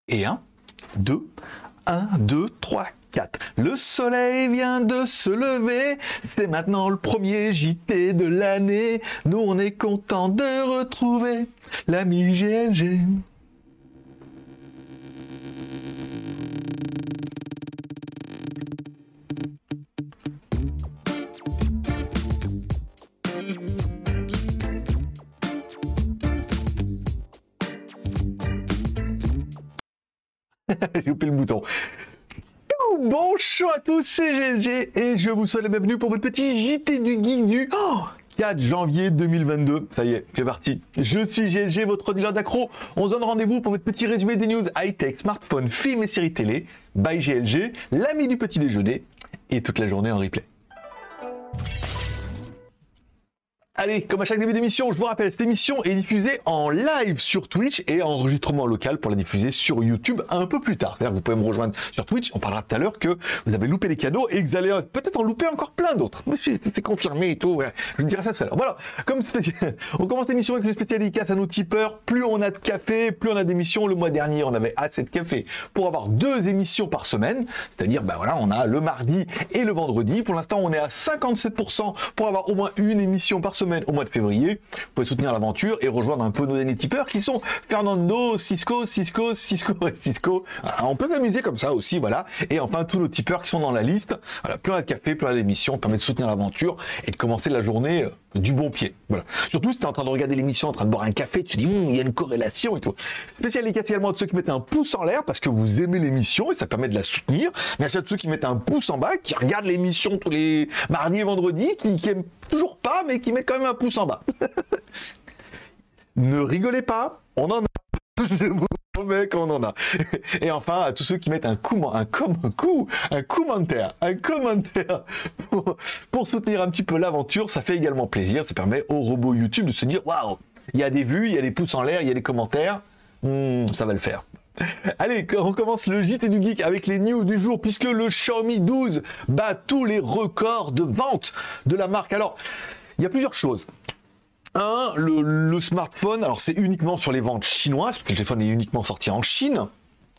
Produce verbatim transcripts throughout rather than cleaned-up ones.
Et un, deux, un, deux, trois, quatre. Le soleil vient de se lever, c'est maintenant le premier J T de l'année. Nous on est content de retrouver l'ami G L G. J'ai loupé le bouton. Bonjour à tous, c'est G L G et je vous souhaite la bienvenue pour votre petit J T du Geek du oh, quatre janvier deux mille vingt-deux. Ça y est, c'est parti. Je suis G L G, votre dealer d'accro. On se donne rendez-vous pour votre petit résumé des news high-tech, smartphones, films et séries télé. By G L G, l'ami du petit déjeuner et toute la journée en replay. Allez, comme à chaque début d'émission, je vous rappelle, cette émission est diffusée en live sur Twitch et enregistrement local pour la diffuser sur YouTube un peu plus tard. C'est-à-dire que vous pouvez me rejoindre sur Twitch, on parlera tout à l'heure que vous avez loupé les cadeaux et que vous allez peut-être en louper encore plein d'autres. C'est confirmé et tout, ouais. Je vous dirai ça tout à l'heure. Voilà, comme on commence l'émission avec une spéciale dédicace à nos tipeurs. Plus on a de café, plus on a d'émissions. Le mois dernier, on avait assez de café pour avoir deux émissions par semaine. C'est-à-dire, ben voilà, on a le mardi et le vendredi. Pour l'instant, on est à cinquante-sept pour cent pour avoir au moins une émission par semaine au mois de février. Vous pouvez soutenir l'aventure et rejoindre un peu nos derniers tipeurs qui sont Fernando, Cisco, Cisco, Cisco et Cisco. Alors, on peut s'amuser comme ça aussi, voilà. Et enfin, tous nos tipeurs qui sont dans la liste. Voilà, plus on a de café, plus on a d'émissions, permet de soutenir l'aventure et de commencer la journée euh, du bon pied. Voilà. Surtout si tu es en train de regarder l'émission, en train de boire un café, tu te dis, il y a une corrélation et tout. Spécial dédicace également de ceux qui mettent un pouce en l'air parce que vous aimez l'émission et ça permet de la soutenir. Merci à ceux qui mettent un pouce en bas, qui regardent l'émission tous les mardis et vendredis, qui, qui aiment toujours pas, mais qui mettent quand même un pouce en bas. Ne rigolez pas, on en a. Je vous promets qu'on en a. Et enfin, à tous ceux qui mettent un coup, un, com, un, coup, un commentaire, un commentaire pour, pour soutenir un petit peu l'aventure, ça fait également plaisir. Ça permet au robot YouTube de se dire, waouh, il y a des vues, il y a des pouces en l'air, il y a des commentaires. Hmm, ça va le faire. Allez, on commence le J T du Geek avec les news du jour, puisque le Xiaomi douze bat tous les records de vente de la marque. Alors, il y a plusieurs choses. Un, le, le smartphone, alors c'est uniquement sur les ventes chinoises, parce que le téléphone est uniquement sorti en Chine.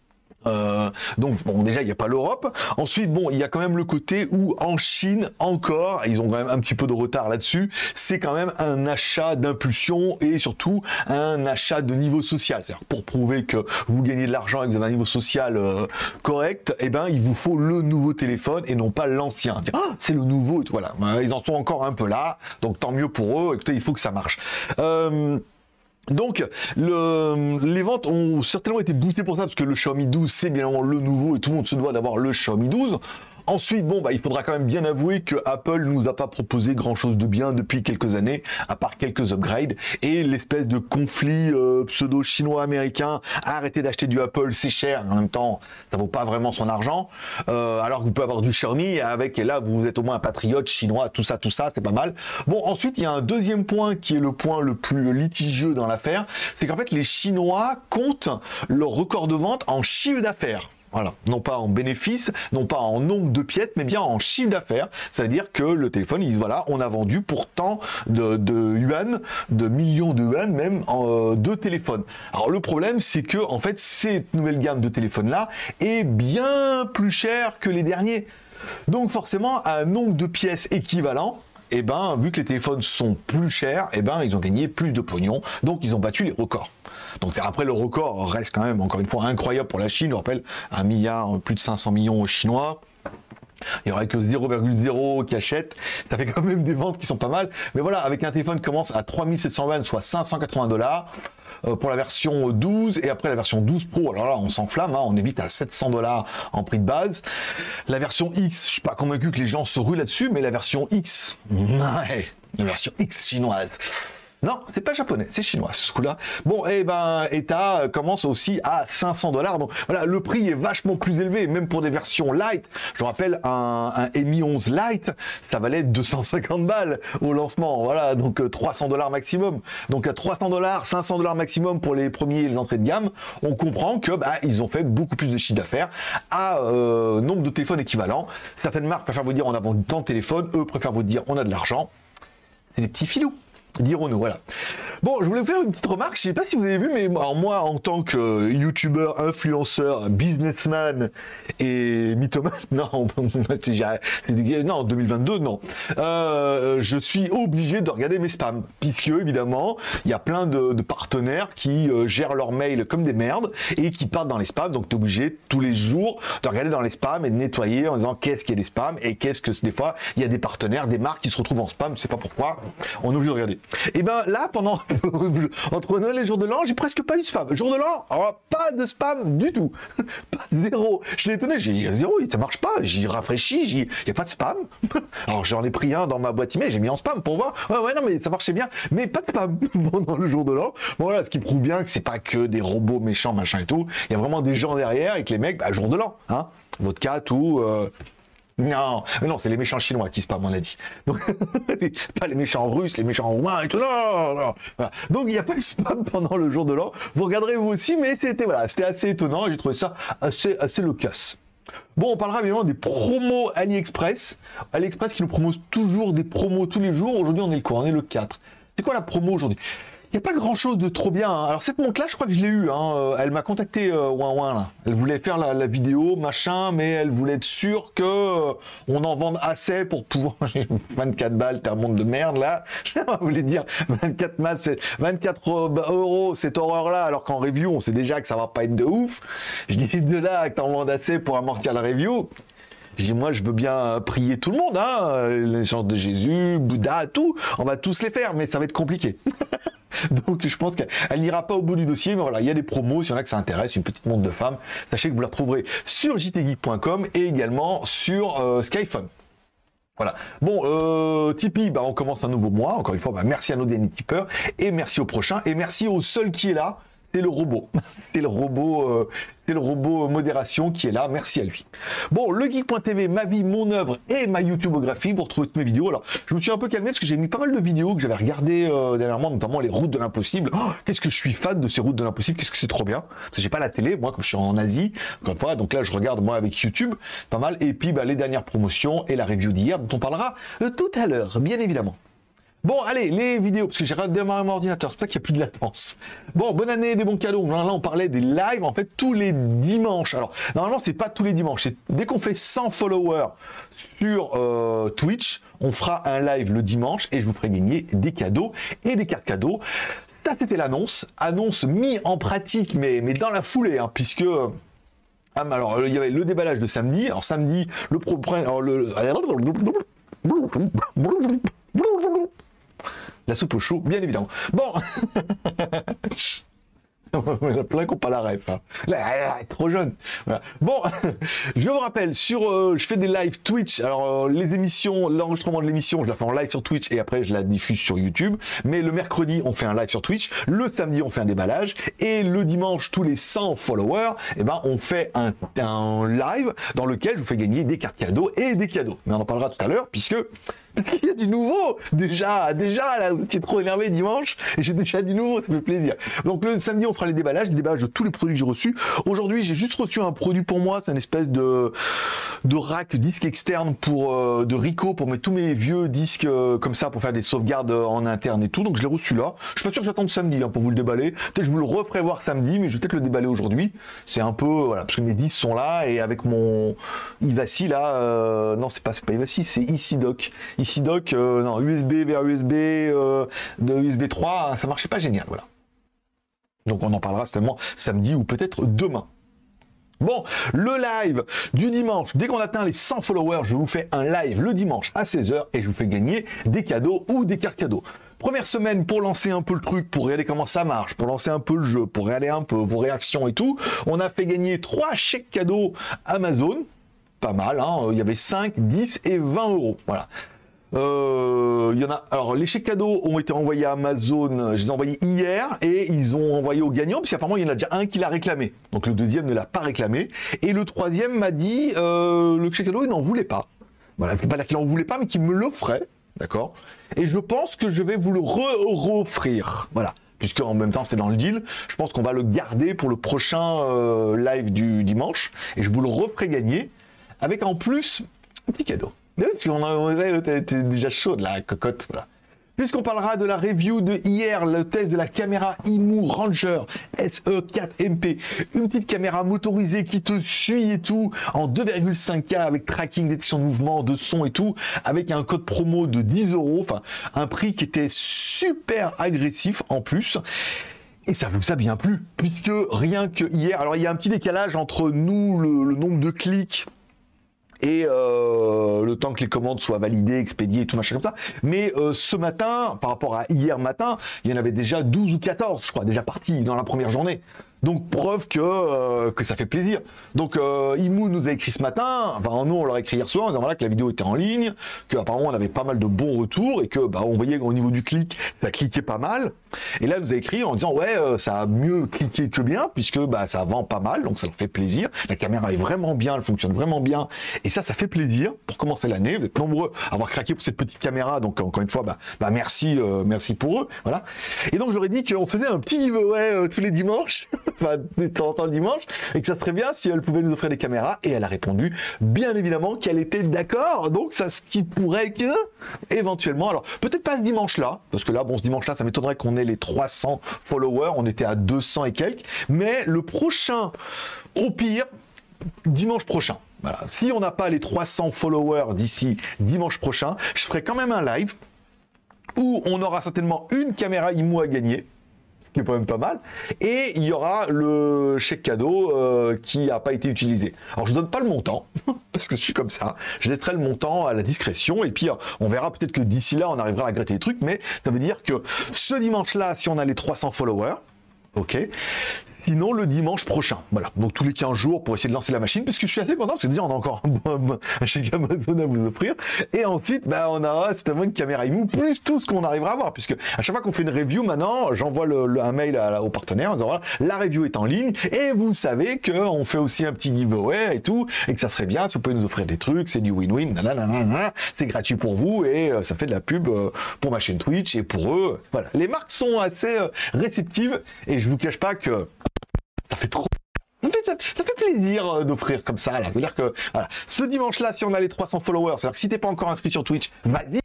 Euh, donc bon, déjà il n'y a pas l'Europe. Ensuite bon, il y a quand même le côté où en Chine encore, ils ont quand même un petit peu de retard là-dessus, c'est quand même un achat d'impulsion et surtout un achat de niveau social. C'est-à-dire pour prouver que vous gagnez de l'argent et que vous avez un niveau social euh, correct, eh ben il vous faut le nouveau téléphone et non pas l'ancien. Ah, c'est le nouveau et tout, voilà. Ils en sont encore un peu là, donc tant mieux pour eux. Écoutez, il faut que ça marche. Euh, Donc, le, les ventes ont certainement été boostées pour ça, parce que le Xiaomi douze, c'est bien évidemment le nouveau, et tout le monde se doit d'avoir le Xiaomi douze. Ensuite, bon, bah, il faudra quand même bien avouer que Apple nous a pas proposé grand chose de bien depuis quelques années, à part quelques upgrades, et l'espèce de conflit euh, pseudo-chinois-américain, arrêtez d'acheter du Apple, c'est cher, en même temps, ça vaut pas vraiment son argent, euh, alors que vous pouvez avoir du Xiaomi, avec, et là, vous êtes au moins un patriote chinois, tout ça, tout ça, c'est pas mal. Bon, ensuite, il y a un deuxième point qui est le point le plus litigieux dans l'affaire, c'est qu'en fait, les Chinois comptent leur record de vente en chiffre d'affaires. Voilà, non pas en bénéfice, non pas en nombre de pièces, mais bien en chiffre d'affaires. C'est-à-dire que le téléphone, il, voilà, on a vendu pour tant de, de yuan, de millions de yuan même, euh, de téléphones. Alors le problème, c'est que en fait, cette nouvelle gamme de téléphones-là est bien plus chère que les derniers. Donc forcément, à un nombre de pièces équivalent, et eh ben, vu que les téléphones sont plus chers, et eh ben, ils ont gagné plus de pognon, donc ils ont battu les records. Donc après, le record reste quand même, encore une fois, incroyable pour la Chine. Je rappelle, un milliard, plus de cinq cents millions aux Chinois. Il n'y aurait que zéro virgule zéro qui achètent. Ça fait quand même des ventes qui sont pas mal. Mais voilà, avec un téléphone qui commence à trois mille sept cents yuan, soit cinq cent quatre-vingts dollars. Euh, pour la version douze et après la version douze Pro, alors là on s'enflamme, hein, on est vite à sept cents dollars en prix de base. La version X, je suis pas convaincu que les gens se ruent là-dessus, mais la version X, ouais, la version X chinoise. Non, c'est pas japonais, c'est chinois ce coup-là. Bon, et ben, Eta commence aussi à cinq cents dollars. Donc voilà, le prix est vachement plus élevé, même pour des versions light. Je rappelle, un, un M I onze Lite, ça valait deux cent cinquante balles au lancement. Voilà, donc euh, trois cents dollars maximum. Donc à trois cents dollars, cinq cents dollars maximum pour les premiers et les entrées de gamme, on comprend que bah, ils ont fait beaucoup plus de chiffre d'affaires à euh, nombre de téléphones équivalents. Certaines marques préfèrent vous dire on a vendu tant de téléphones, eux préfèrent vous dire on a de l'argent. C'est des petits filous. Dirons-nous, voilà. Bon, je voulais vous faire une petite remarque, je sais pas si vous avez vu, mais alors moi, en tant que youtubeur, influenceur, businessman et mythomane, non, c'est non, deux mille vingt-deux, non, euh, je suis obligé de regarder mes spams, puisque évidemment, il y a plein de, de partenaires qui euh, gèrent leurs mails comme des merdes et qui partent dans les spams, donc tu es obligé tous les jours de regarder dans les spams et de nettoyer en disant qu'est-ce qu'il y a des spams et qu'est-ce que des fois, il y a des partenaires, des marques qui se retrouvent en spam, je sais pas pourquoi, on est obligé de regarder. Et ben là, pendant entre Noël et jour de l'an, j'ai presque pas eu de spam. Jour de l'an, alors, pas de spam du tout. Pas zéro. Je l'ai étonné, j'ai dit zéro, ça marche pas. J'y rafraîchis, il n'y a pas de spam. Alors j'en ai pris un dans ma boîte email, j'ai mis en spam pour voir. Ouais, ouais, non, mais ça marchait bien. Mais pas de spam pendant le jour de l'an. Bon, voilà, ce qui prouve bien que c'est pas que des robots méchants, machin et tout. Il y a vraiment des gens derrière et que les mecs, bah, jour de l'an, hein. Vodka, tout. Euh... Non, mais non, c'est les méchants chinois qui spamment, on a dit. Donc, pas les méchants russes, les méchants roumains et tout. Non, non. Voilà. Donc, il n'y a pas eu spam pendant le jour de l'an. Vous regarderez vous aussi, mais c'était voilà, c'était assez étonnant. J'ai trouvé ça assez, assez loquace. Bon, on parlera évidemment des promos AliExpress. AliExpress qui nous propose toujours des promos tous les jours. Aujourd'hui, on est le quoi? On est le quatre. C'est quoi la promo aujourd'hui? Il n'y a pas grand chose de trop bien, hein. Alors cette montre là je crois que je l'ai eu, hein. Elle m'a contacté euh, ouin ouin là. Elle voulait faire la, la vidéo machin, mais elle voulait être sûre que euh, on en vende assez pour pouvoir vingt-quatre balles, t'es un monde de merde là. Je voulais dire vingt-quatre balles, c'est vingt-quatre euros cette horreur là, alors qu'en review on sait déjà que ça va pas être de ouf. Je dis de là que t'en vendes assez pour amortir la review. Je dis, moi, je veux bien prier tout le monde, hein, les chances de Jésus, Bouddha, tout. On va tous les faire, mais ça va être compliqué. Donc, je pense qu'elle n'ira pas au bout du dossier, mais voilà, il y a des promos. S'il y en a que ça intéresse, une petite montre de femme, sachez que vous la retrouverez sur j t geek point com et également sur euh, Skyphone. Voilà. Bon, euh, Tipeee, bah, on commence un nouveau mois. Encore une fois, bah, merci à nos derniers tipeurs et merci au prochain et merci au seul qui est là. C'est le robot, c'est le robot, euh, c'est le robot modération qui est là, merci à lui. Bon, legeek point t v, ma vie, mon œuvre et ma YouTubeographie, vous retrouvez toutes mes vidéos. Alors, je me suis un peu calmé parce que j'ai mis pas mal de vidéos que j'avais regardées euh, dernièrement, notamment les routes de l'impossible. Oh, qu'est-ce que je suis fan de ces routes de l'impossible, qu'est-ce que c'est trop bien. Parce que j'ai pas la télé, moi, comme je suis en Asie, encore une fois, donc là, je regarde moi avec YouTube, pas mal. Et puis, bah, les dernières promotions et la review d'hier, dont on parlera euh, tout à l'heure, bien évidemment. Bon, allez, les vidéos, parce que j'ai redémarré mon ordinateur, c'est pour ça qu'il n'y a plus de latence. Bon, bonne année, des bons cadeaux. Là, on parlait des lives, en fait, tous les dimanches. Alors, normalement, c'est pas tous les dimanches. C'est dès qu'on fait cent followers sur euh, Twitch, on fera un live le dimanche et je vous ferai gagner des cadeaux et des cartes cadeaux. Ça, c'était l'annonce. Annonce mise en pratique, mais, mais dans la foulée, hein, puisque... Ah, alors, il y avait le déballage de samedi. Alors, samedi, le... Pro, alors, le la soupe au chaud, bien évidemment. Bon, il y en a plein qui n'ont pas la ref. Hein. Là, elle est trop jeune. Voilà. Bon, je vous rappelle, sur, euh, je fais des lives Twitch. Alors, euh, les émissions, l'enregistrement de l'émission, je la fais en live sur Twitch et après, je la diffuse sur YouTube. Mais le mercredi, on fait un live sur Twitch. Le samedi, on fait un déballage. Et le dimanche, tous les cent followers, eh ben, on fait un, un live dans lequel je vous fais gagner des cartes cadeaux et des cadeaux. Mais on en parlera tout à l'heure, puisque... Parce qu'il y a du nouveau, déjà, déjà, là, vous étiez trop énervé dimanche, et j'ai déjà du nouveau, ça fait plaisir. Donc le samedi, on fera les déballages, les déballages de tous les produits que j'ai reçus. Aujourd'hui, j'ai juste reçu un produit pour moi, c'est une espèce de, de rack disque externe pour, euh, de Ricoh, pour mettre tous mes vieux disques euh, comme ça, pour faire des sauvegardes euh, en interne et tout. Donc je l'ai reçu là. Je suis pas sûr que j'attende samedi hein, pour vous le déballer. Peut-être que je vous le referai voir samedi, mais je vais peut-être le déballer aujourd'hui. C'est un peu, voilà, parce que mes disques sont là, et avec mon Ivaci là, euh, non, c'est pas, c'est pas Ivaci, c'est ICIdoc. ICIdoc, euh, non, U S B vers U S B, euh, de U S B trois, ça marchait pas génial, voilà. Donc on en parlera certainement samedi ou peut-être demain. Bon, le live du dimanche, dès qu'on atteint les cent followers, je vous fais un live le dimanche à seize heures et je vous fais gagner des cadeaux ou des cartes cadeaux. Première semaine pour lancer un peu le truc, pour regarder comment ça marche, pour lancer un peu le jeu, pour regarder un peu vos réactions et tout, on a fait gagner trois chèques cadeaux Amazon, pas mal, hein, il y avait cinq, dix et vingt euros, voilà. Euh, il y en a. Alors, les chèques cadeaux ont été envoyés à Amazon. Je les ai envoyés hier et ils ont envoyé aux gagnants parce qu'apparemment il y en a déjà un qui l'a réclamé. Donc le deuxième ne l'a pas réclamé et le troisième m'a dit euh, le chèque cadeau il n'en voulait pas. Voilà, il ne peut pas dire qu'il n'en voulait pas, mais qu'il me l'offrait, d'accord. Et je pense que je vais vous le re-offrir. Voilà. Puisque en même temps c'était dans le deal, je pense qu'on va le garder pour le prochain euh, live du dimanche et je vous le referai gagner avec en plus un petit cadeau. Mais oui, on a, t'es déjà chaude là, cocotte, voilà. puisqu'on parlera de la review de hier, le test de la caméra Imu Ranger S E quatre M P, une petite caméra motorisée qui te suit et tout, en deux virgule cinq K avec tracking, détection de mouvement, de son et tout, avec un code promo de dix euros, enfin un prix qui était super agressif en plus. Et ça vous a bien plu, puisque rien que hier, alors il y a un petit décalage entre nous, le, le nombre de clics et euh, le temps que les commandes soient validées, expédiées et tout machin comme ça. Mais euh, ce matin, par rapport à hier matin, il y en avait déjà douze ou quatorze, je crois, déjà partis dans la première journée. Donc preuve que, euh, que ça fait plaisir. Donc euh, Imu nous a écrit ce matin, enfin nous on leur a écrit hier soir en disant voilà, que la vidéo était en ligne, qu'apparemment on avait pas mal de bons retours et que bah, on voyait qu'au niveau du clic, ça cliquait pas mal. Et là elle nous a écrit en disant ouais euh, ça a mieux cliqué que bien puisque bah, ça vend pas mal, donc ça leur fait plaisir. La caméra est vraiment bien, elle fonctionne vraiment bien et ça ça fait plaisir pour commencer l'année. Vous êtes nombreux à avoir craqué pour cette petite caméra, donc encore une fois bah, bah merci euh, merci pour eux. Voilà. Et donc j'aurais dit qu'on faisait un petit giveaway euh, tous les dimanches. Enfin, de temps en temps le dimanche, et que ça serait bien si elle pouvait nous offrir des caméras, et elle a répondu, bien évidemment, qu'elle était d'accord, donc ça ce qui pourrait que, éventuellement, alors, peut-être pas ce dimanche-là, parce que là, bon, ce dimanche-là, ça m'étonnerait qu'on ait les trois cents followers, on était à deux cents et quelques, mais le prochain, au pire, dimanche prochain, voilà, si on n'a pas les trois cents followers d'ici dimanche prochain, je ferai quand même un live, où on aura certainement une caméra Imu à gagner, ce qui est quand même pas mal, et il y aura le chèque cadeau euh, qui n'a pas été utilisé. Alors je donne pas le montant, parce que je suis comme ça, je laisserai le montant à la discrétion, et puis on verra peut-être que d'ici là on arrivera à gratter les trucs, mais ça veut dire que ce dimanche-là, si on a les trois cents followers, ok, sinon le dimanche prochain, voilà, donc tous les quinze jours pour essayer de lancer la machine, parce que je suis assez content, parce que déjà on a encore un, un chèque Amazon à vous offrir, et ensuite bah, on aura certainement une caméra Imu, plus tout ce qu'on arrivera à voir, puisque à chaque fois qu'on fait une review maintenant, j'envoie le, le, un mail à, à, au partenaire en disant voilà, la review est en ligne, et vous savez qu'on fait aussi un petit giveaway et tout, et que ça serait bien si vous pouvez nous offrir des trucs, c'est du win-win, c'est gratuit pour vous, et euh, ça fait de la pub euh, pour ma chaîne Twitch, et pour eux, voilà, les marques sont assez euh, réceptives, et je vous cache pas que ça fait trop. Ça fait, ça, ça fait plaisir euh, d'offrir comme ça. Là. C'est-à-dire que voilà, ce dimanche-là, si on a les trois cents followers, c'est-à-dire que si t'es pas encore inscrit sur Twitch, vas-y,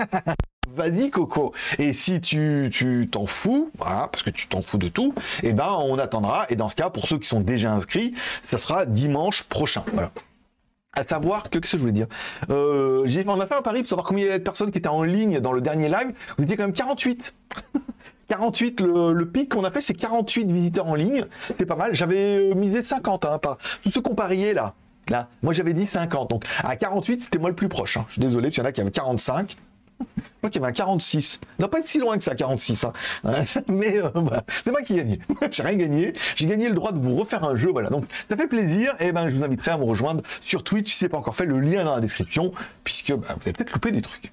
vas-y Coco. Et si tu tu t'en fous, voilà, parce que tu t'en fous de tout, et eh ben on attendra. Et dans ce cas, pour ceux qui sont déjà inscrits, ça sera dimanche prochain. Voilà. À savoir que, qu'est-ce que je voulais dire euh, j'ai, on a fait un pari pour savoir combien il y avait de personnes qui étaient en ligne dans le dernier live. Vous étiez quand même quarante-huit. quarante-huit, le, le pic qu'on a fait, c'est quarante-huit visiteurs en ligne. C'est pas mal. J'avais misé cinquante, hein, par tous ceux qu'on pariait là. Là, moi j'avais dit cinquante. Donc à quarante-huit, c'était moi le plus proche. Hein. Je suis désolé, il y en a qui avaient quarante-cinq. Moi qui avait un quarante-six. Il ne doit pas être si loin que ça, quarante-six. Hein. Mais euh, voilà. C'est moi qui ai gagné. J'ai rien gagné. J'ai gagné le droit de vous refaire un jeu. Voilà. Donc ça fait plaisir. Et ben je vous inviterai à me rejoindre sur Twitch si ce n'est pas encore fait. Le lien est dans la description. Puisque bah, vous avez peut-être loupé des trucs.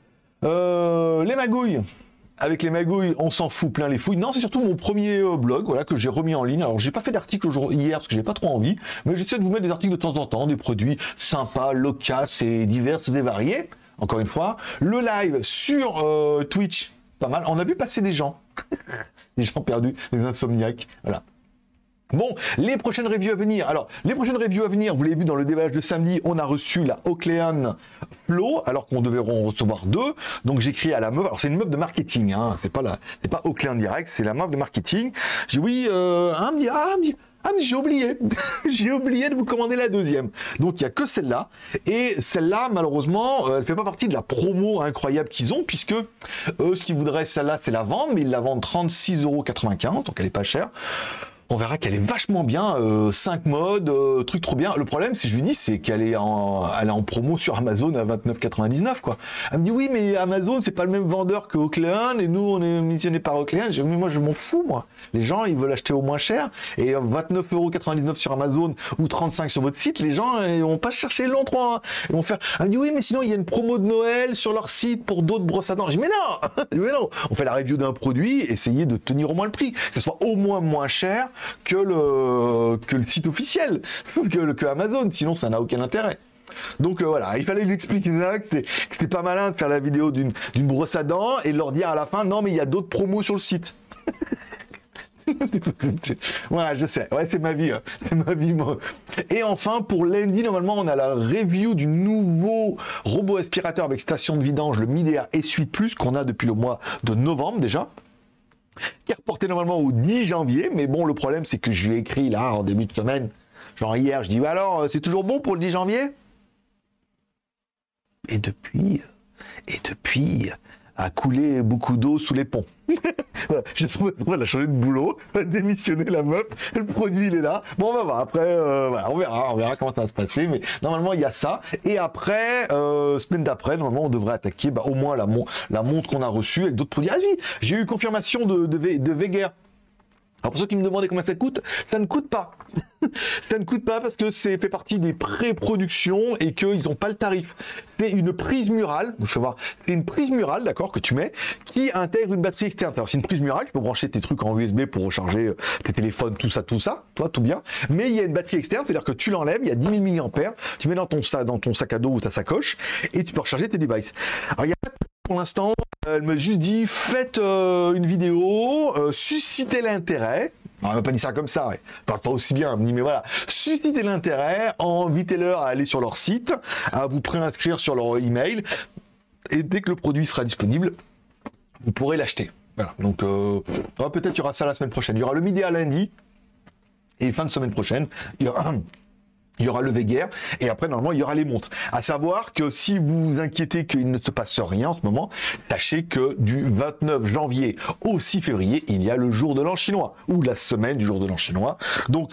Euh, les magouilles. Avec les magouilles, on s'en fout plein les fouilles. Non, c'est surtout mon premier euh, blog, voilà, que j'ai remis en ligne. Alors, j'ai pas fait d'article hier parce que j'ai pas trop envie, mais j'essaie de vous mettre des articles de temps en temps, des produits sympas, loquaces et divers et variés. Encore une fois, le live sur euh, Twitch, pas mal. On a vu passer des gens, des gens perdus, des insomniaques, voilà. Bon, les prochaines reviews à venir. Alors, les prochaines reviews à venir, vous l'avez vu dans le déballage de samedi, on a reçu la Oakleyan Flow, alors qu'on devait en recevoir deux. Donc, j'ai écrit à la meuf. Alors, c'est une meuf de marketing, hein. C'est pas la, c'est pas Oakleyan direct, c'est la meuf de marketing. J'ai dit oui, euh, ah, me dit, ah, me dit, ah, mais j'ai oublié. J'ai oublié de vous commander la deuxième. Donc, il n'y a que celle-là. Et celle-là, malheureusement, euh, elle fait pas partie de la promo incroyable qu'ils ont, puisque eux, ce qu'ils voudraient, celle-là, c'est la vendre, mais ils la vendent trente-six euros quatre-vingt-quinze, donc elle est pas chère. On verra qu'elle est vachement bien, euh, cinq modes, euh, truc trop bien. Le problème, si je lui dis, c'est qu'elle est en, elle est en promo sur Amazon à vingt-neuf quatre-vingt-dix-neuf, quoi. Elle me dit, oui, mais Amazon, c'est pas le même vendeur que Oakleyan, et nous, on est missionné par Oakleyan. Je dis, mais moi, je m'en fous, moi. Les gens, ils veulent acheter au moins cher, et vingt-neuf euros quatre-vingt-dix-neuf sur Amazon, ou trente-cinq sur votre site, les gens, ils vont pas chercher longtemps, hein. Ils vont faire, elle me dit, oui, mais sinon, il y a une promo de Noël sur leur site pour d'autres brosses à dents. Je dis, mais non! Je dis, mais non! On fait la review d'un produit, essayez de tenir au moins le prix, que ce soit au moins moins cher que le, que le site officiel, que, que Amazon, sinon ça n'a aucun intérêt. Donc euh, voilà, il fallait lui expliquer ça, que c'était, que c'était pas malin de faire la vidéo d'une, d'une brosse à dents et leur dire à la fin, non mais il y a d'autres promos sur le site. Voilà, je sais. Ouais, c'est ma vie. Hein. C'est ma vie, moi. Et enfin, pour lundi, normalement, on a la review du nouveau robot aspirateur avec station de vidange, le Midea S huit Plus, qu'on a depuis le mois de novembre déjà, qui est reporté normalement au dix janvier. Mais bon, le problème, c'est que je lui ai écrit là, en début de semaine, genre hier, je dis, alors, c'est toujours bon pour le dix janvier? Et depuis, et depuis, a coulé beaucoup d'eau sous les ponts. Voilà, j'ai trouvé, elle a changé de boulot, elle a démissionné la meuf, le produit il est là. Bon, on va voir, après, euh, voilà, on verra, on verra comment ça va se passer, mais normalement il y a ça. Et après, euh, semaine d'après, normalement on devrait attaquer bah, au moins la, mon la montre qu'on a reçue avec d'autres produits. Ah oui, j'ai eu confirmation de, de, de, de Veger. Alors pour ceux qui me demandaient combien ça coûte, ça ne coûte pas. Ça ne coûte pas parce que c'est fait partie des pré-productions et qu'ils n'ont pas le tarif. C'est une prise murale, je vais voir, c'est une prise murale, d'accord, que tu mets, qui intègre une batterie externe. Alors c'est une prise murale, tu peux brancher tes trucs en U S B pour recharger tes téléphones, tout ça, tout ça, toi, tout bien. Mais il y a une batterie externe, c'est-à-dire que tu l'enlèves, il y a dix mille milliampères, tu mets dans ton, sac, dans ton sac à dos ou ta sacoche et tu peux recharger tes devices. Alors il y a pour l'instant, elle m'a juste dit faites euh, une vidéo, euh, suscitez l'intérêt. Non, elle m'a pas dit ça comme ça, ouais. Elle parle pas aussi bien, elle me dit mais voilà, suscitez l'intérêt, invitez-leur à aller sur leur site, à vous préinscrire sur leur email, et dès que le produit sera disponible, vous pourrez l'acheter. Voilà. Donc euh, peut-être il y aura ça la semaine prochaine. Il y aura le midi à lundi, et fin de semaine prochaine, il y aura. Il y aura le Veger, et après, normalement, il y aura les montres. À savoir que si vous vous inquiétez qu'il ne se passe rien en ce moment, sachez que du vingt-neuf janvier au six février, il y a le jour de l'an chinois, ou la semaine du jour de l'an chinois. Donc,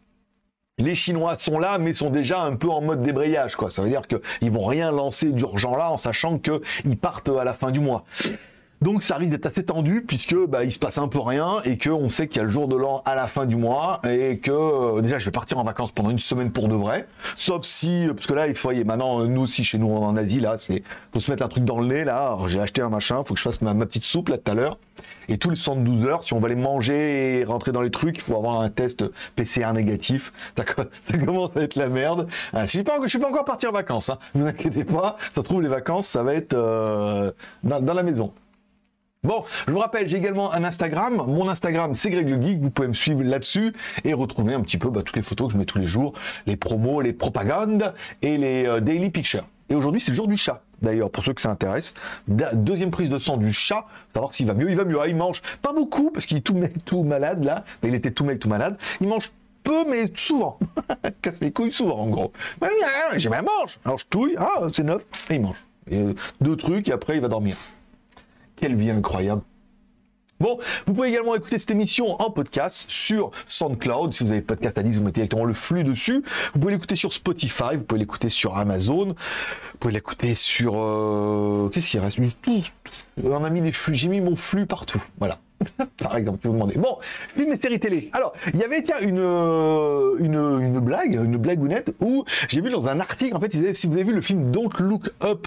les Chinois sont là, mais sont déjà un peu en mode débrayage, quoi. Ça veut dire qu'ils vont rien lancer d'urgent là, en sachant qu'ils partent à la fin du mois. Donc ça risque d'être assez tendu puisque bah, il se passe un peu rien et qu'on sait qu'il y a le jour de l'an à la fin du mois et que euh, déjà je vais partir en vacances pendant une semaine pour de vrai, sauf si parce que là il faut, maintenant nous aussi chez nous en Asie là c'est faut se mettre un truc dans le nez là. J'ai acheté un machin, faut que je fasse ma, ma petite soupe là tout à l'heure et tous les soixante-douze heures si on va les manger et rentrer dans les trucs il faut avoir un test P C R négatif. Ça commence à être la merde. Ah, je suis pas je suis pas encore parti en vacances, hein. Ne vous inquiétez pas, ça se trouve les vacances ça va être euh, dans, dans la maison. Bon, je vous rappelle, j'ai également un Instagram. Mon Instagram, c'est Greg le Geek. Vous pouvez me suivre là-dessus et retrouver un petit peu bah, toutes les photos que je mets tous les jours, les promos, les propagandes et les euh, daily pictures. Et aujourd'hui, c'est le jour du chat. D'ailleurs, pour ceux que ça intéresse, deuxième prise de sang du chat, savoir s'il va mieux. Il va mieux. Ah, il mange pas beaucoup parce qu'il est tout mec, tout malade là. Il était tout mec, tout malade. Il mange peu, mais souvent. Casse les couilles souvent, en gros. J'ai même mange. Alors je touille. Ah, c'est neuf. Et il mange. Et, euh, deux trucs et après il va dormir. Quelle vie incroyable. Bon, vous pouvez également écouter cette émission en podcast sur SoundCloud. Si vous avez podcast à dix, vous mettez directement le flux dessus. Vous pouvez l'écouter sur Spotify, vous pouvez l'écouter sur Amazon, vous pouvez l'écouter sur... Euh... Qu'est-ce qu'il reste? On a mis les flux, j'ai mis mon flux partout. Voilà. Par exemple, tu vous demandez. Bon, film et séries télé. Alors, il y avait tiens une, euh, une, une blague, une blagounette où j'ai vu dans un article, en fait, si vous avez vu le film Don't Look Up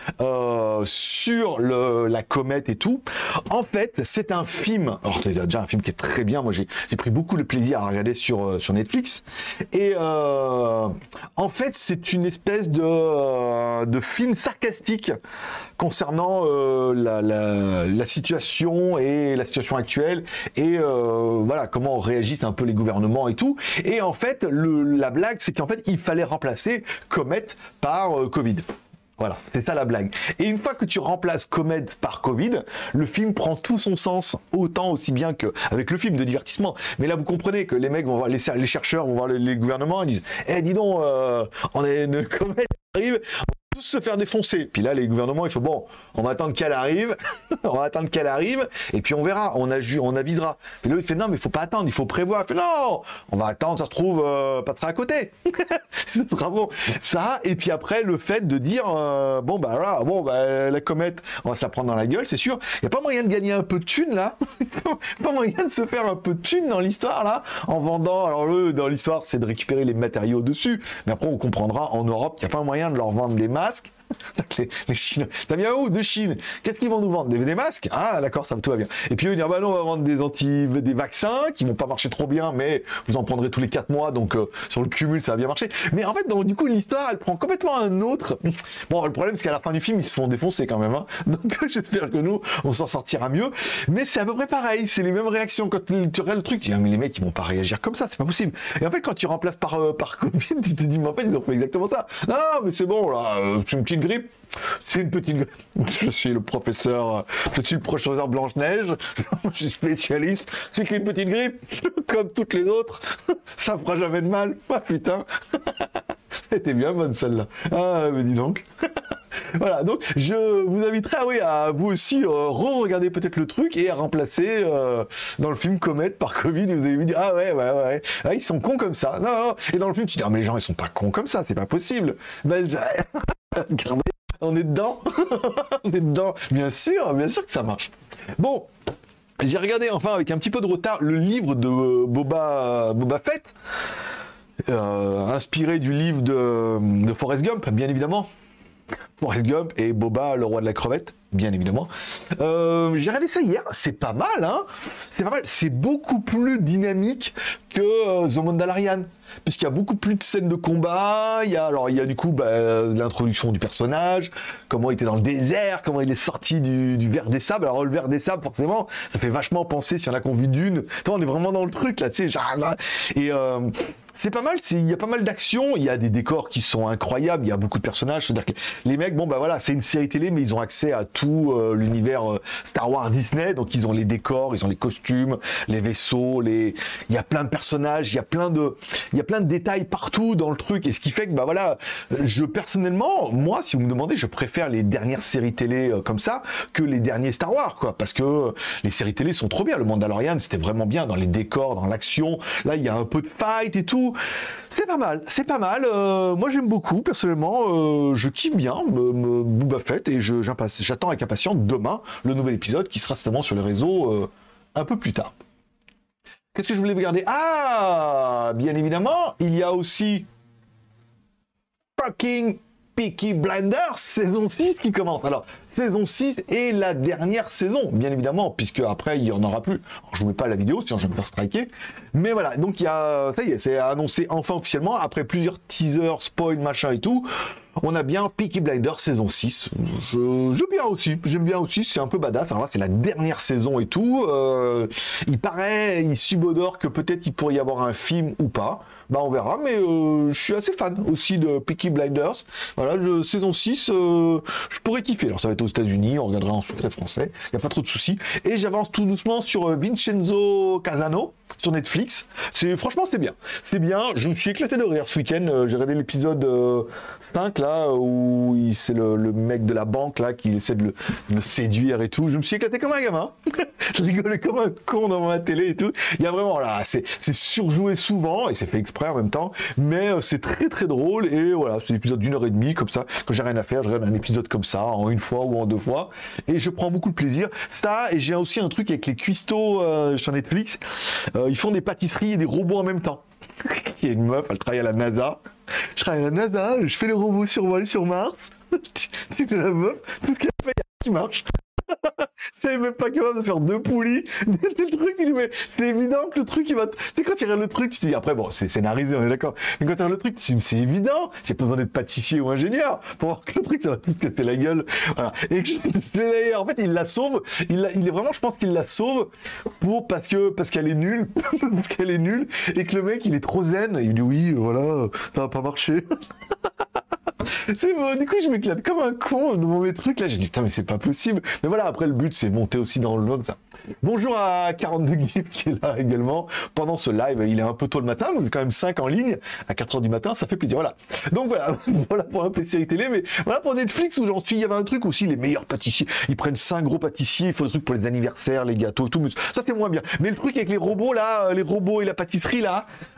euh, sur le, la comète et tout, en fait, c'est un film. Alors, c'est déjà un film qui est très bien. Moi, j'ai pris beaucoup de plaisir à regarder sur, euh, sur Netflix. Et euh, en fait, c'est une espèce de, euh, de film sarcastique concernant euh, la, la, la situation et la situation actuelle et euh, voilà comment réagissent un peu les gouvernements et tout. Et en fait, le, la blague, c'est qu'en fait, il fallait remplacer Comet par euh, Covid. Voilà, c'est ça la blague. Et une fois que tu remplaces Comet par Covid, le film prend tout son sens, autant aussi bien qu'avec le film de divertissement. Mais là, vous comprenez que les mecs vont voir, les, les chercheurs vont voir les, les gouvernements et disent « Eh, dis donc, euh, on a une comète qui arrive, tous se faire défoncer. » Puis là, les gouvernements, il faut bon, on va attendre qu'elle arrive, on va attendre qu'elle arrive, et puis on verra, on, a, on avisera. Puis là, il fait non, mais il faut pas attendre, il faut prévoir. Il fait non, on va attendre, ça se trouve euh, pas très à côté. Bravo. Ça, et puis après, le fait de dire euh, bon, bah là, bon, bah, la comète, on va se la prendre dans la gueule, c'est sûr. Il n'y a pas moyen de gagner un peu de thunes là. Pas moyen de se faire un peu de thunes dans l'histoire là, en vendant. Alors, eux, dans l'histoire, c'est de récupérer les matériaux dessus, mais après, on comprendra en Europe qu'il n'y a pas moyen de leur vendre les masques les, les Chinois, ça vient où? De Chine. Qu'est-ce qu'ils vont nous vendre? Des, des masques? Ah, d'accord, ça tout va bien. Et puis eux, ils disent, ah bah non, on va vendre des anti, des vaccins qui vont pas marcher trop bien, mais vous en prendrez tous les quatre mois, donc euh, sur le cumul, ça va bien marcher. Mais en fait, donc, du coup, l'histoire, elle prend complètement un autre. Bon, le problème, c'est qu'à la fin du film, ils se font défoncer quand même. Hein. Donc, j'espère que nous, on s'en sortira mieux. Mais c'est à peu près pareil. C'est les mêmes réactions. Quand tu regardes le truc, tu dis, ah, mais les mecs, ils vont pas réagir comme ça, c'est pas possible. Et en fait, quand tu remplaces par, euh, par Covid, tu te dis, mais en fait, ils ont fait exactement ça. Non, mais c'est bon, là, euh, c'est une petite grippe. C'est une petite grippe. Je suis le professeur, je suis le professeur Blanche-Neige, je suis spécialiste. C'est qu'une petite grippe, comme toutes les autres. Ça fera jamais de mal. Ah putain. C'était bien bonne celle-là. Ah, mais dis donc. Voilà, donc je vous inviterai ah oui, à vous aussi euh, re-regarder peut-être le truc et à remplacer euh, dans le film Comet par Covid. Vous avez vu dire, ah ouais, ouais, ouais, ah, ils sont cons comme ça. Non, non. Et dans le film, tu dis, ah, mais les gens, ils sont pas cons comme ça, c'est pas possible. Ben, regardez, on est dedans. On est dedans. Bien sûr, bien sûr que ça marche. Bon. J'ai regardé enfin avec un petit peu de retard le livre de Boba, Boba Fett, euh, inspiré du livre de, de Forrest Gump, bien évidemment. Forrest Gump et Boba, le roi de la crevette, bien évidemment. Euh, j'ai regardé ça hier, c'est pas mal, hein. C'est pas mal, c'est beaucoup plus dynamique que euh, The Mandalorian, puisqu'il y a beaucoup plus de scènes de combat. Il y a alors il y a du coup bah, l'introduction du personnage, comment il était dans le désert, comment il est sorti du, du ver des sables. Alors le ver des sables, forcément, ça fait vachement penser si on a qu'on vu Dune. On est vraiment dans le truc là, tu sais, genre, et euh, c'est pas mal, il y a pas mal d'actions, il y a des décors qui sont incroyables, il y a beaucoup de personnages, c'est-à-dire que les mecs, bon bah voilà, c'est une série télé, mais ils ont accès à tout euh, l'univers euh, Star Wars Disney, donc ils ont les décors, ils ont les costumes, les vaisseaux, les... il y a plein de personnages, il y a plein de, il y a plein de détails partout dans le truc, et ce qui fait que bah voilà, je personnellement, moi, si vous me demandez, je préfère les dernières séries télé euh, comme ça que les derniers Star Wars, quoi, parce que euh, les séries télé sont trop bien, le Mandalorian c'était vraiment bien dans les décors, dans l'action, là il y a un peu de fight et tout. C'est pas mal, c'est pas mal. Euh, moi j'aime beaucoup, personnellement, euh, je kiffe bien me, me, Boba Fett et je, j'attends avec impatience demain le nouvel épisode qui sera certainement sur les réseaux euh, un peu plus tard. Qu'est-ce que je voulais vous regarder? Ah, bien évidemment, il y a aussi fucking Peaky Blinders, saison six qui commence. Alors, saison six est la dernière saison, bien évidemment, puisque après, il n'y en aura plus. Alors, je ne vous mets pas la vidéo, sinon je vais me faire striker. Mais voilà, donc il y a, ça y est, c'est annoncé enfin officiellement, après plusieurs teasers, spoil, machin et tout, on a bien Peaky Blinders saison six. Je, j'aime bien aussi, j'aime bien aussi, c'est un peu badass. Alors là, c'est la dernière saison et tout. Euh, il paraît, il subodore que peut-être il pourrait y avoir un film ou pas. Bah on verra, mais euh, je suis assez fan aussi de Peaky Blinders. Voilà, le saison six, euh, je pourrais kiffer. Alors ça va être aux États-Unis, on regardera en sous-titré français, il n'y a pas trop de soucis. Et j'avance tout doucement sur euh, Vincenzo Casano, sur Netflix. C'est, franchement, c'est bien. C'est bien, je me suis éclaté de rire ce week-end. Euh, j'ai regardé l'épisode euh, cinq, là, où il, c'est le, le mec de la banque, là, qui essaie de le, de le séduire et tout. Je me suis éclaté comme un gamin. Je rigolais comme un con devant ma télé et tout. Il y a vraiment, là, c'est, c'est surjoué souvent, et c'est fait exprès en même temps, mais euh, c'est très très drôle, et voilà, c'est un épisode d'une heure et demie, comme ça, quand j'ai rien à faire, je regarde un épisode comme ça, en une fois ou en deux fois, et je prends beaucoup de plaisir. Ça, et j'ai aussi un truc avec les cuistots euh, sur Netflix, euh, ils font des pâtisseries et des robots en même temps. Il y a une meuf, elle travaille à la NASA, je travaille à la NASA, je fais les robots survoler sur Mars, c'est la meuf, tout ce qu'elle fait, qui marche. C'est même pas capable de faire deux poulies. C'est le truc, mais c'est évident que le truc il va. Tu sais, quand tu regardes le truc, tu te dis après, bon, c'est scénarisé, on est d'accord. Mais quand tu regardes le truc, tu te dis, c'est évident. J'ai pas besoin d'être pâtissier ou ingénieur pour voir que le truc, ça va tout se casser la gueule. Voilà. Et que, en fait, il la sauve. Il, la, il est vraiment, je pense qu'il la sauve pour, parce que, parce qu'elle est nulle. Parce qu'elle est nulle. Et que le mec, il est trop zen. Il lui dit, oui, voilà, ça va pas marcher. C'est bon, du coup je m'éclate comme un con devant mes trucs là, j'ai dit putain mais c'est pas possible. Mais voilà, après le but c'est monter aussi dans le vlog ça. Bonjour à quarante-deux Gif qui est là également pendant ce live, il est un peu tôt le matin, mais quand même cinq en ligne à quatre heures du matin, ça fait plaisir. Voilà. Donc voilà, voilà pour un peu de série télé, mais voilà pour Netflix où j'en suis, il y avait un truc aussi, les meilleurs pâtissiers, ils prennent cinq gros pâtissiers, il faut des trucs pour les anniversaires, les gâteaux, tout, mais ça c'est moins bien. Mais le truc avec les robots là, les robots et la pâtisserie là,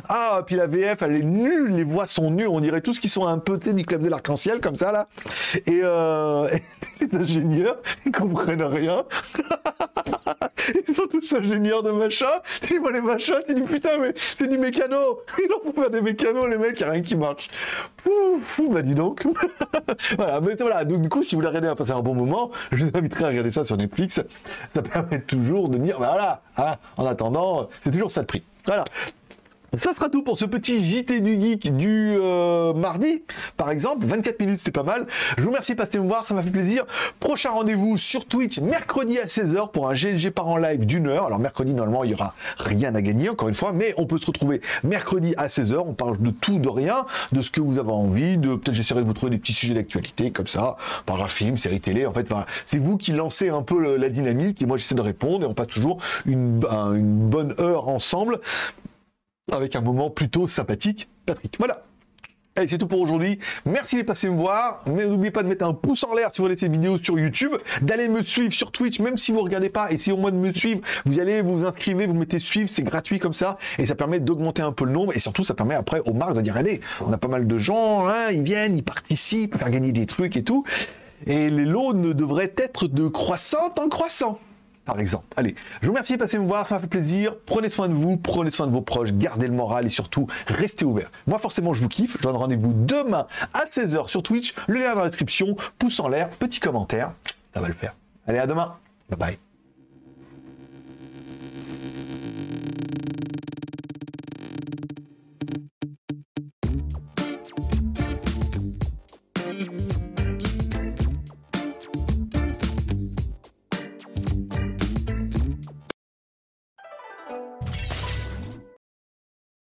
Ah, puis la V F, elle est nulle, les voix sont nulles, on dirait tous qu'ils sont un peu, tu sais, du club de l'arc-en-ciel, comme ça, là. Et, euh, et les ingénieurs, ils comprennent rien. Ils sont tous ingénieurs de machin. Tu vois les machins, tu dis putain, mais c'est du mécano. Ils ont pour faire des mécanos, les mecs, il n'y a rien qui marche. Fou, fou, bah dis donc. Voilà, mais voilà, donc du coup, si vous voulez regarder à passer un bon moment, je vous inviterai à regarder ça sur Netflix. Ça permet toujours de dire, bah voilà, hein, en attendant, c'est toujours ça de prix. Voilà. Ça sera tout pour ce petit J T du Geek du euh, mardi, par exemple. vingt-quatre minutes, c'est pas mal. Je vous remercie de passer me voir, ça m'a fait plaisir. Prochain rendez-vous sur Twitch, mercredi à seize heures pour un G L G par en live d'une heure. Alors mercredi, normalement, il n'y aura rien à gagner, encore une fois, mais on peut se retrouver mercredi à seize heures. On parle de tout, de rien, de ce que vous avez envie, de peut-être j'essaierai de vous trouver des petits sujets d'actualité, comme ça, par un film, série télé. En fait, voilà, c'est vous qui lancez un peu le, la dynamique, et moi j'essaie de répondre, et on passe toujours une, un, une bonne heure ensemble, avec un moment plutôt sympathique, Patrick. Voilà. Allez, c'est tout pour aujourd'hui. Merci de passer me voir. Mais n'oubliez pas de mettre un pouce en l'air si vous regardez cette vidéo sur YouTube, d'aller me suivre sur Twitch, même si vous ne regardez pas. Essayez au moins de me suivre. Vous allez vous inscrivez, vous mettez suivre, c'est gratuit comme ça. Et ça permet d'augmenter un peu le nombre. Et surtout, ça permet après aux marques de dire, allez, on a pas mal de gens, hein, ils viennent, ils participent, faire gagner des trucs et tout. Et les lots ne devraient être de croissant en croissant, par exemple. Allez, je vous remercie de passer me voir, ça m'a fait plaisir. Prenez soin de vous, prenez soin de vos proches, gardez le moral et surtout, restez ouverts. Moi, forcément, je vous kiffe. Je donne rendez-vous demain à seize heures sur Twitch. Le lien dans la description, pouce en l'air, petit commentaire. Ça va le faire. Allez, à demain. Bye bye.